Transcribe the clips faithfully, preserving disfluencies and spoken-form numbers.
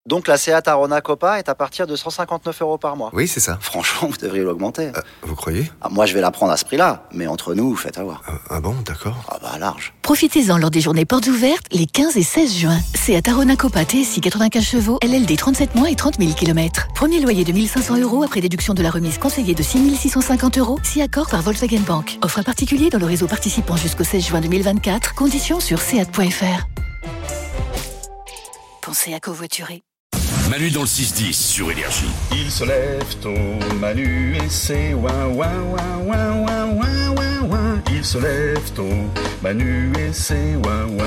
Donc la Seat Arona Copa est à partir de cent cinquante-neuf euros par mois. Oui, c'est ça. Franchement, vous devriez l'augmenter. Euh, vous croyez ? Ah, moi, je vais la prendre à ce prix-là, mais entre nous, faites avoir. Ah, ah bon, d'accord. Ah bah large. Profitez-en lors des journées portes ouvertes les quinze et seize juin. Seat Arona Copa T S I quatre-vingt-quinze chevaux, L L D trente-sept mois et trente mille kilomètres. Premier loyer de mille cinq cents euros après déduction de la remise conseillée de six mille six cent cinquante euros, si accord par Volkswagen Bank. Offre à particulier dans le réseau participant jusqu'au seize juin deux mille vingt-quatre. Conditions sur seat point f r. Pensez à covoiturer. Manu dans le six dix sur Énergie. Il se lève tôt, Manu et c'est ouin ouin ouin ouin ouin ouin ouin ouin. Il se lève tôt, Manu et c'est ouin ouin.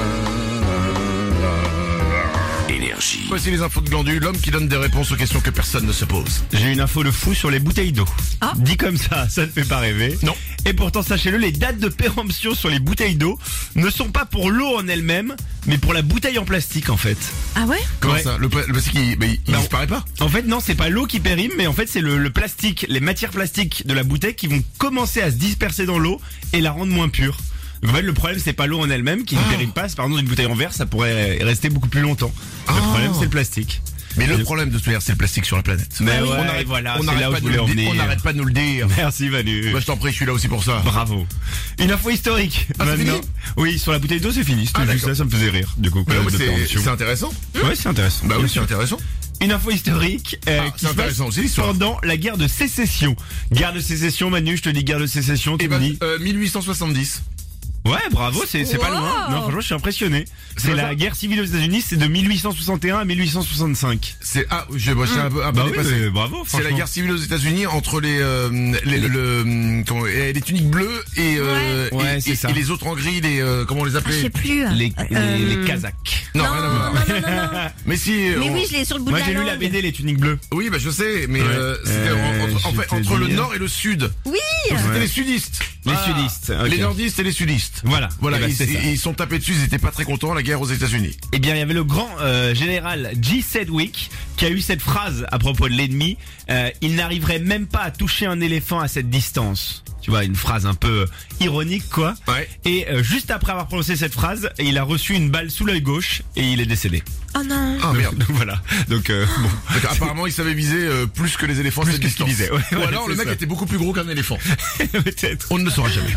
Énergie. Voici les infos de Glandu, l'homme qui donne des réponses aux questions que personne ne se pose. J'ai une info de fou sur les bouteilles d'eau. Ah. Dit comme ça, ça ne fait pas rêver. Non. Et pourtant, sachez-le, les dates de péremption sur les bouteilles d'eau ne sont pas pour l'eau en elle-même, mais pour la bouteille en plastique en fait. Ah ouais? Comment Ouais. ça? Le, pla- le plastique, il, mais il, il Non. disparaît pas? En fait, non, c'est pas l'eau qui périme, mais en fait, c'est le, le plastique, les matières plastiques de la bouteille qui vont commencer à se disperser dans l'eau et la rendre moins pure. Donc, en fait, le problème, c'est pas l'eau en elle-même qui ne Ah. périme pas. C'est par exemple une bouteille en verre, ça pourrait rester beaucoup plus longtemps. Le Ah. problème, c'est le plastique. Mais le Je- problème de ce c'est le plastique sur la planète. Mais on ouais, arrête, voilà, on c'est arrête là où pas je de nous voulais le en dire, on venir. n'arrête pas de nous le dire. Merci Manu. Moi je t'en prie, je suis là aussi pour ça. Bravo. Une info historique. Ah, c'est maintenant. fini Oui, sur la bouteille d'eau, c'est fini. C'était Ah, juste d'accord. ça, ça me faisait rire. Du coup, Mais non, de mais c'est, péremption. c'est intéressant. Ouais, c'est intéressant. Bah Bien oui, c'est sûr. intéressant. Une info historique euh, Ah, qui c'est se passe intéressant aussi l'histoire. pendant la guerre de sécession. Guerre de sécession, Manu, je te dis guerre de sécession, tu Et me ben, dis. euh, mille huit cent soixante-dix. Ouais, bravo, c'est c'est pas Wow. loin. Non, franchement, je suis impressionné. C'est C'est pas la ça guerre civile aux États-Unis, c'est de mille huit cent soixante et un à mille huit cent soixante-cinq. C'est ah, je moi, je suis un peu, un peu Bah oui, dépassé. mais bravo, C'est la franchement. guerre civile aux États-Unis entre les euh, les, le, le- comment, les tuniques bleues et euh, Ouais. Ouais, et, c'est et- ça. et les autres en gris, les euh, comment on les Ah, appelait? je sais plus. Les, les, Euh, les Kazakhs. Non, Non, rien à non, voir. non, non, non, non. Mais si. Mais on- oui, je l'ai sur le bout Moi, de j'ai la lu la langue. B D, les tuniques bleues. Oui, bah je sais, mais Ouais. euh, c'était Euh, en- entre, en je fait, te entre le dis. nord et le sud. Oui. Donc c'était Ouais. les sudistes. Les Ah. sudistes, ok. Les nordistes et les sudistes. Voilà. Voilà, Eh ben, ils, c'est ça. ils sont tapés dessus, ils étaient pas très contents, la guerre aux États-Unis. Eh bien, il y avait le grand euh, général G. Sedgwick qui a eu cette phrase à propos de l'ennemi. Euh, il n'arriverait même pas à toucher un éléphant à cette distance. Tu vois, une phrase un peu ironique, quoi. Ouais. Et euh, juste après avoir prononcé cette phrase, il a reçu une balle sous l'œil gauche et il est décédé. Oh non. Ah merde. Donc, voilà. Donc euh, bon. Donc, apparemment, il savait viser euh, plus que les éléphants. Plus cette que ce qu'il distance. visait, ouais, Ou ouais, alors le c'est mec ça. était beaucoup plus gros qu'un éléphant. Peut-être. On ne le saura jamais.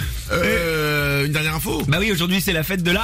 Euh, une dernière info. Bah oui, aujourd'hui c'est la fête de la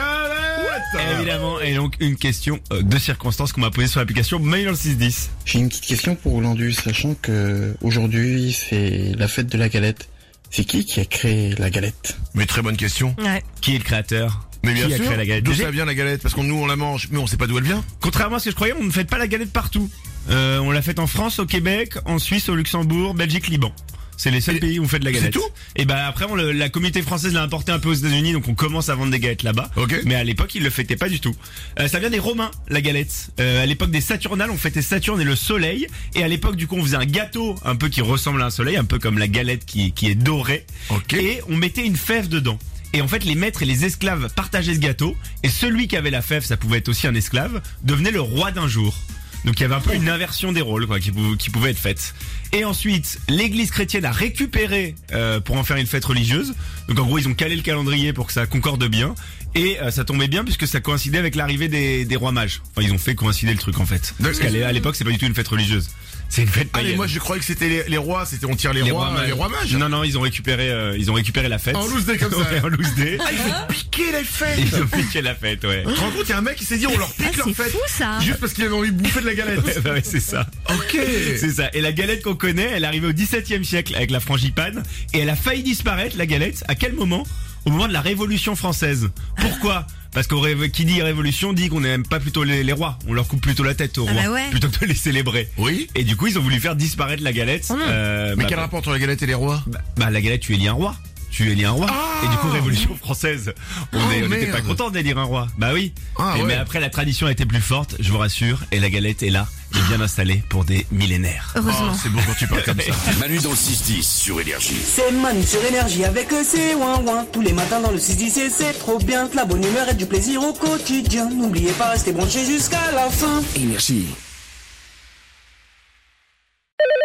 Galette. évidemment, et donc une question euh, de circonstance qu'on m'a posée sur l'application Mail dans le six dix. J'ai une petite question pour Glandu, sachant que aujourd'hui c'est la fête de la galette. C'est qui qui a créé la galette? Mais très bonne question. Ouais. Qui est le créateur? Mais bien Qui a sûr. créé la galette? D'où Déjà, ça vient la galette? Parce que nous on la mange, mais on sait pas d'où elle vient. contrairement à ce que je croyais, on ne fait pas la galette partout. Euh, on l'a fait en France, au Québec, en Suisse, au Luxembourg, Belgique, Liban. C'est les seuls Et pays où on fait de la galette. c'est tout Et bah après, on le- la communauté française l'a importé un peu aux États-Unis, donc on commence à vendre des galettes là-bas. Ok. Mais à l'époque, ils le fêtaient pas du tout. Euh, ça vient des Romains, la galette. Euh, à l'époque des Saturnales, on fêtait Saturne et le Soleil. Et à l'époque, du coup, on faisait un gâteau un peu qui ressemble à un soleil, un peu comme la galette qui, qui est dorée. Ok. Et on mettait une fève dedans. Et en fait, les maîtres et les esclaves partageaient ce gâteau. Et celui qui avait la fève, ça pouvait être aussi un esclave, devenait le roi d'un jour. Donc il y avait un peu une inversion des rôles quoi, qui, pou- qui pouvait être faite. Et ensuite, l'église chrétienne a récupéré euh, pour en faire une fête religieuse. Donc en gros, ils ont calé le calendrier pour que ça concorde bien. Et euh, ça tombait bien puisque ça coïncidait avec l'arrivée des, des rois mages. Enfin, ils ont fait coïncider le truc en fait. Parce qu'à l'é- à l'époque, c'est pas du tout une fête religieuse. C'est une fête Ah mais païenne. moi je croyais que c'était les, les rois, c'était on tire les, Les rois, rois mages. les rois mages. Non, non, ils ont récupéré, euh, ils ont récupéré la fête. En loose day comme ça. Ouais, en loose day. Ah, ils ont piqué les fêtes. Ils ont piqué la fête, ouais. Tu te rends compte, il y a un mec qui s'est dit on leur Ah, pique leur c'est fête fou ça. juste parce qu'il avait envie de bouffer de la galette. Ouais, bah ouais, c'est ça. Ok. C'est ça. Et la galette qu'on connaît, elle est arrivée au dix-septième siècle avec la frangipane. Et elle a failli disparaître, la galette. À quel moment? Au moment de la Révolution française. Pourquoi? Parce qu'au ré- qui dit révolution dit qu'on n'aime pas plutôt les, les rois. On leur coupe plutôt la tête aux Ah rois. bah ouais. Plutôt que de les célébrer. Oui. Et du coup, ils ont voulu faire disparaître la galette. Oh non. Euh, Mais bah, quel bah, rapport entre la galette et les rois? bah, bah, la galette, tu élis un roi. Tu élis un roi. Ah. Et du coup, Révolution française. On Oh, est- on n'était merde. pas content d'élire un roi. Bah oui. Ah, Et ouais. Mais après, la tradition a été plus forte, je vous rassure. Et la galette est là, et bien installée pour des millénaires. Heureusement. Oh, c'est beau quand tu parles comme ça. Manu dans le six dix sur Énergie. C'est Manu sur Énergie avec eux, c'est ouin ouin. Tous les matins dans le six dix et c'est trop bien. De la bonne humeur et du plaisir au quotidien. N'oubliez pas, restez branchés jusqu'à la fin. Énergie.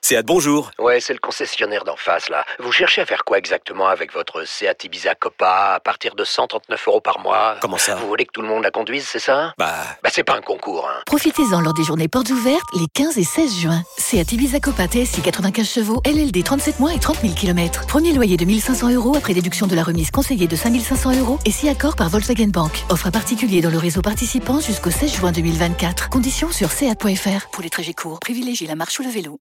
Seat, bonjour. Ouais, c'est le concessionnaire d'en face, là. Vous cherchez à faire quoi exactement avec votre Seat Ibiza Copa à partir de cent trente-neuf euros par mois? Comment ça? Vous voulez que tout le monde la conduise, c'est ça? Bah... Bah c'est pas un concours, hein. Profitez-en lors des journées portes ouvertes les quinze et seize juin. Seat Ibiza Copa T S I quatre-vingt-quinze chevaux, L L D trente-sept mois et trente mille kilomètres. Premier loyer de mille cinq cents euros après déduction de la remise conseillée de cinq mille cinq cents euros et si accord par Volkswagen Bank. Offre à particulier dans le réseau participant jusqu'au seize juin deux mille vingt-quatre. Conditions sur seat point f r. Pour les trajets courts, privilégiez la marche ou le vélo.